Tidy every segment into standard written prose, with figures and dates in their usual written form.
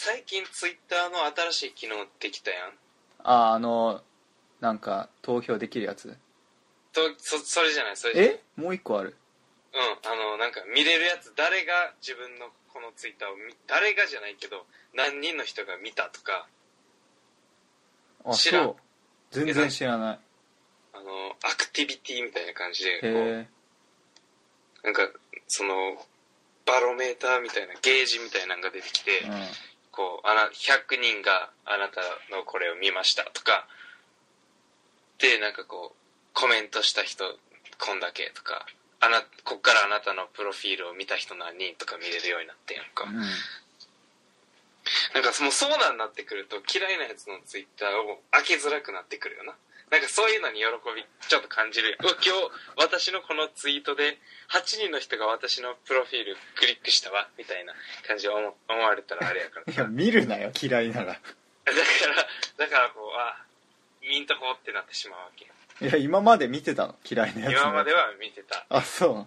最近ツイッターの新しい機能できたやん。 なんか投票できるやつ。 それじゃない、それじゃない。 もう一個ある。 なんか見れるやつ、誰が自分のこのツイッターを誰がじゃないけど何人の人が見たとか。知らん？ そう。全然知らない。 アクティビティみたいな感じでこうなんかそのバロメーターみたいなゲージみたいなのが出てきて、こう100人があなたのこれを見ましたとかで、なんかこうコメントした人こんだけとか、こっからあなたのプロフィールを見た人何人とか見れるようになってんやんか、なんかもうそうなんなってくると嫌いなやつのツイッターを開けづらくなってくるよな。なんかそういうのに喜びちょっと感じるよ。今日私のこのツイートで8人の人が私のプロフィールクリックしたわみたいな感じで思われたらあれやからいや見るなよ、嫌いなら。 だからこう見んとこってなってしまうわけ。 いや今まで見てたの、嫌いなやつ。 今までは見てた。 あ、そう。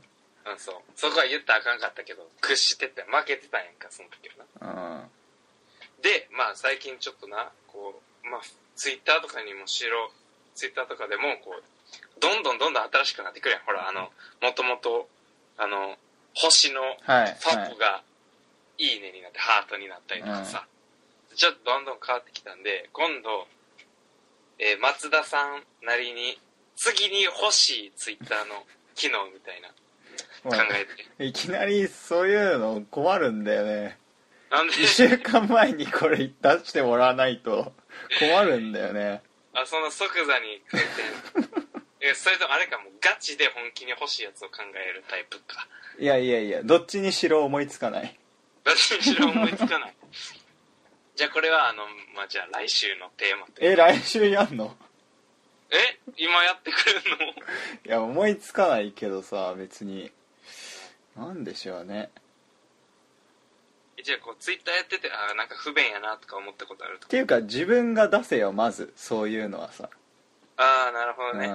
そう。そこは言ったらあかんかったけど屈してて負けてたんやんか、その時はな。でまあ最近ちょっとなこうツイッターとかにもツイッターとかでもこうどんどん新しくなってくるやん。ほらもともと星のファブがいいねになってハートになったりとかさ、ちょっとどんどん変わってきたんで、今度、松田さんなりに次に欲しいツイッターの機能みたいな考えて、 いきなりそういうの困るんだよね。 なんで 1週間前にこれ出してもらわないと困るんだよね。 その即座に変えてそれともあれか、もうガチで本気に欲しいやつを考えるタイプか。 いやどっちにしろ思いつかない。 どっちにしろ思いつかない。じゃあこれはじゃあ来週のテーマと。 来週やんの？ 今やってくれるの？ いや思いつかないけどさ、別になんでしょうね。 じゃあこうツイッターやっててなんか不便やなとか思ったことあるとか。 っていうか自分が出せよ、まずそういうのはさ。 なるほどね。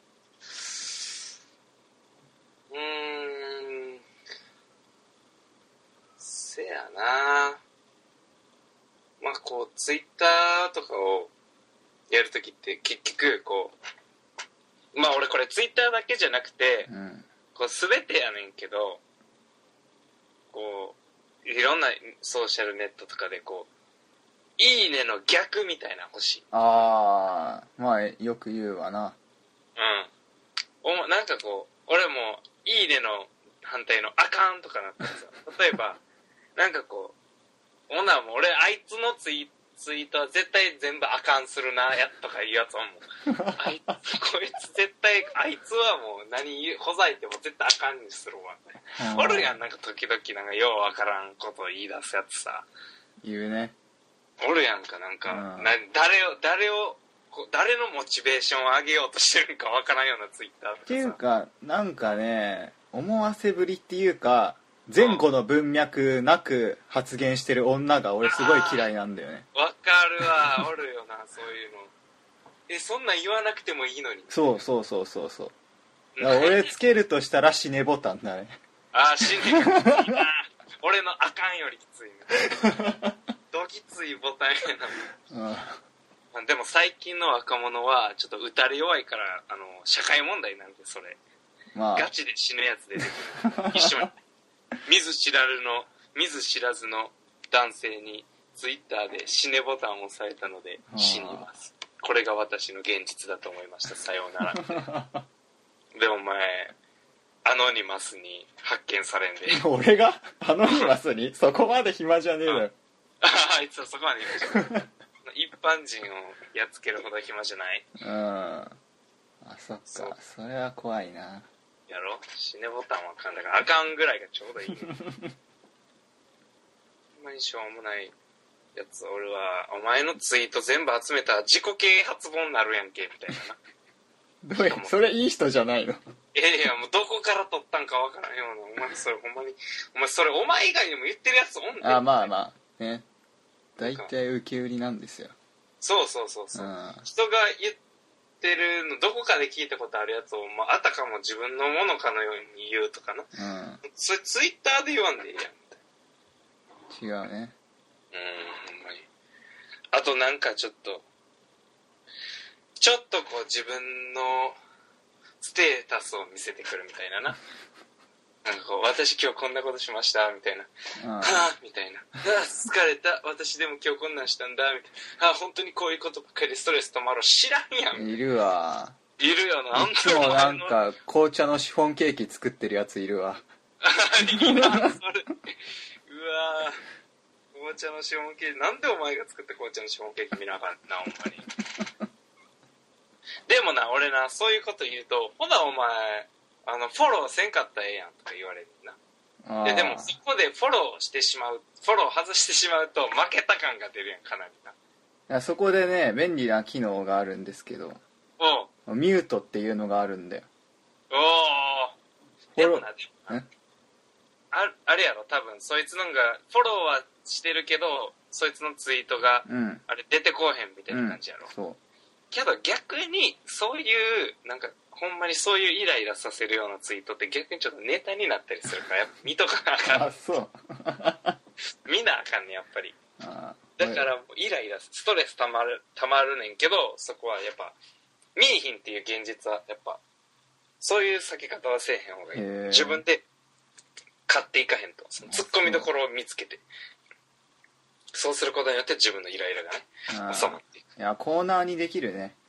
せやな。こうツイッターとかをやるときって結局こう俺これツイッターだけじゃなくて、こう全てやねんけど、こういろんなソーシャルネットとかでこういいねの逆みたいな欲しい。 よく言うわな。 なんかこう俺もいいねの反対のあかんとかなったらさ、例えばなんかこうもう俺あいつのツイートは絶対全部あかんするなとかいうやつはもうこいつ絶対あいつはもうほざいても絶対あかんにするわ。おるやん、なんか時々なんかようわからんことを言い出すやつさ。 言うね。 おるやんか、なんか、誰のモチベーションを上げようとしてるんかわからんようなツイッターとかさ。 っていうかなんかね、思わせぶりっていうか前後の文脈なく発言してる女が俺すごい嫌いなんだよね。 わかるわ、おるよな、そういうの。そんなん言わなくてもいいのに。 そう俺つけるとしたら死ねボタンだね。 死ねがきついな。俺のあかんよりきついな。どきついボタンやな。でも最近の若者はちょっと打たれ弱いから社会問題なんで、それ、ガチで死ぬやつで一緒に見ず知らずの男性にツイッターで死ねボタンを押されたので死にます。これが私の現実だと思いました。さようなら。でお前アノニマスに発見されんで。 俺がアノニマスにそこまで暇じゃねえだろ。 あいつはそこまで暇じゃない。一般人をやっつけるほど暇じゃない。 そっか、それは怖いな。 やろ、死ねボタンはあかんだから、あかんぐらいがちょうどいい。ほんまにしょうもないやつ。俺はお前のツイート全部集めたら自己啓発本になるやんけみたいな。 どうや、それいい人じゃないの？ いやもうどこから取ったんかわからんような。お前それほんまにお前以外にも言ってるやつおんねん。 まあね、大体受け売りなんですよ。 そう、人が言ってるのどこかで聞いたことあるやつを、あたかも自分のものかのように言うとかな。それツイッターで言わんでいいやんみたいな。 違うね。 ほんあとなんかちょっとこう自分のステータスを見せてくるみたいななんかこう私今日こんなことしましたみたいな、はあみたいな、疲れた私でも今日こんなんしたんだみたいな、本当にこういうことばっかりでストレス溜まる知らんやん。 いるわ。 いるよな。 いつもなんか紅茶のシフォンケーキ作ってるやついるわ。 いいなそれ。うわ紅茶のシフォンケーキ、なんでお前が作った紅茶のシフォンケーキ見なあかんなほんまに。でもな俺なそういうこと言うと、ほなお前フォローせんかったらええやんとか言われるな。でもそこでフォロー外してしまうと負けた感が出るやんかなりな。 いやそこでね便利な機能があるんですけど、ミュートっていうのがあるんだよ。 でもなあれやろ多分そいつのがフォローはしてるけどそいつのツイートが、あれ出てこうへんみたいな感じやろ。 そうけど逆にそういうなんかほんまにそういうイライラさせるようなツイートって逆にちょっとネタになったりするからやっぱ見とかなあかん。 あそう見なあかんねやっぱり。だからイライラストレスたまるねんけど、そこはやっぱ見えひんっていう現実はやっぱそういう避け方はせえへん方がいい。自分で買っていかへんと、そのツッコミどころを見つけて、そうすることによって自分のイライラがね収まっていく。 いやコーナーにできるね。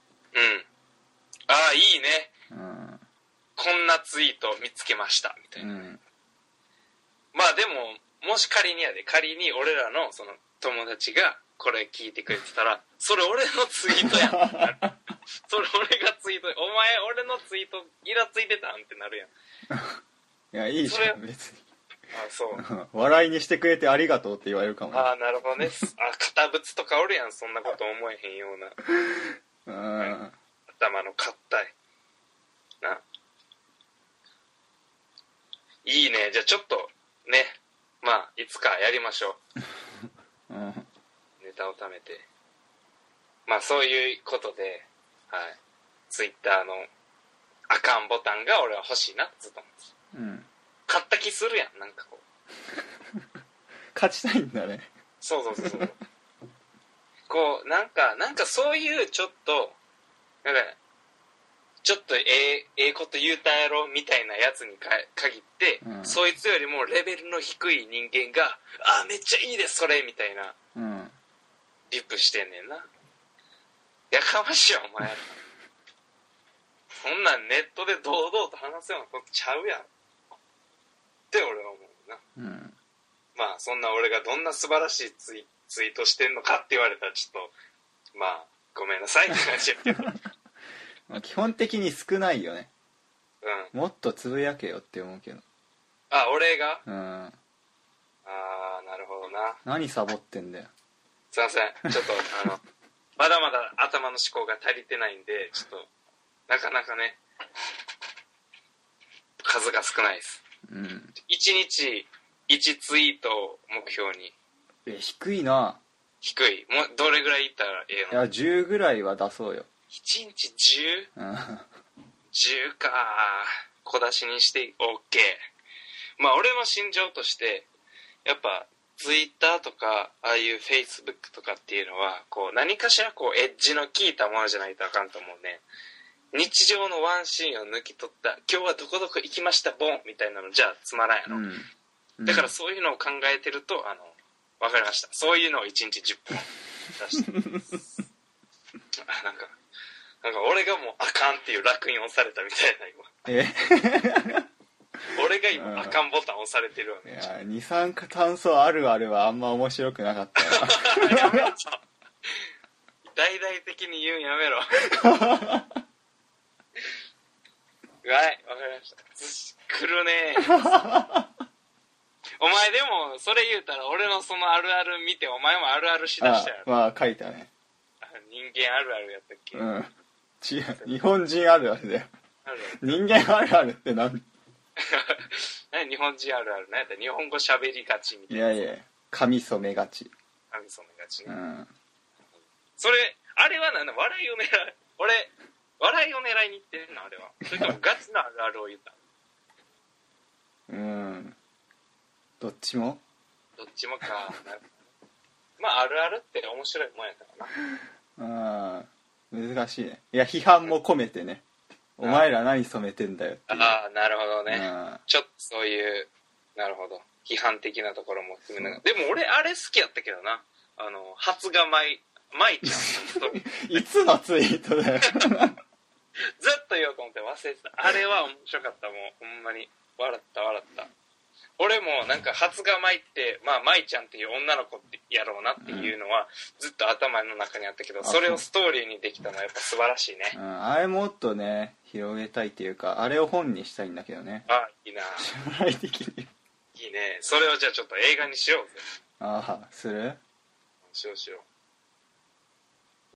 いいね、こんなツイート見つけましたみたいな、まあでももし仮に俺らのその友達がこれ聞いてくれてたらそれ俺のツイートやんそれ俺がツイート、お前俺のツイートイラついてたんってなるやん。 いやいいじゃん別に。 そう笑いにしてくれてありがとうって言われるかもね。 なるほどね。堅物とかおるやんそんなこと思えへんような頭の硬いないいね。じゃあちょっとねまあいつかやりましょうネタを貯めて、まあそういうことで、ツイッターのあかんボタンが俺は欲しいなってずっと思って買った気するやんなんかこう勝ちたいんだね。 そうこうなんかそういうちょっとなんかちょっとええこと言うたやろみたいなやつに限って、そいつよりもレベルの低い人間がめっちゃいいですそれみたいな、リップしてんねんな。やかましいわお前そんなんネットで堂々と話すようなことちゃうやんって俺は思うな。まあそんな俺がどんな素晴らしいツイートしてんのかって言われたらちょっとまあごめんなさいって感じやけど基本的に少ないよね。もっとつぶやけよって思うけど。 俺がなるほどな。 何サボってんだよ。 すいませんちょっとまだまだ頭の思考が足りてないんでちょっとなかなかね数が少ないです。1日1ツイートを目標に。 低いな。 低い。もうどれぐらいいったらええの？ いや10ぐらいは出そうよ。 1日 10?10 か小出しにして OK。 まあ俺の心情としてやっぱツイッターとかああいうフェイスブックとかっていうのはこう何かしらこうエッジの効いたものじゃないとあかんと思うね。日常のワンシーンを抜き取った今日はどこどこ行きましたボンみたいなのじゃつまらんやろ、だからそういうのを考えてるとわかりました。そういうのを1日10本出してなんか俺がもうあかんっていう烙印を押されたみたいな今俺が今あかんボタン押されてるわけ。 いや二酸化炭素あるあるはあんま面白くなかったなやめろ大々的に言うんやめろはいわかりました。来るねお前でもそれ言うたら俺のそのあるある見てお前もあるあるしだしたよ。 まあ書いたね。 人間あるあるやったっけ。 違う日本人あるあるだよ。人間あるあるって何日本人あるある何やったら日本語喋りがちみたいな。 いや髪染めがち。 髪染めがちね。それあれは何だ笑いを狙い俺笑いを狙いに行ってんのあれは。それともガチのあるあるを言った。どっちもか。 まああるあるって面白いもんやからな。 難しいね。いや批判も込めてね、お前ら何染めてんだよっていう。 ああなるほどね。ちょっとそういうなるほど批判的なところも含めながら。でも俺あれ好きやったけどな、初が舞ちゃんいつのツイートだよずっと言おうと思って忘れてた。あれは面白かった。もうほんまに笑った。俺もなんか初が舞ってまあ舞ちゃんっていう女の子ってやろうなっていうのはずっと頭の中にあったけど、それをストーリーにできたのはやっぱ素晴らしいね。 あれもっとね広げたいっていうか、あれを本にしたいんだけどね。 いいな将来的にいいね。それをじゃあちょっと映画にしようぜ。 する？ しよう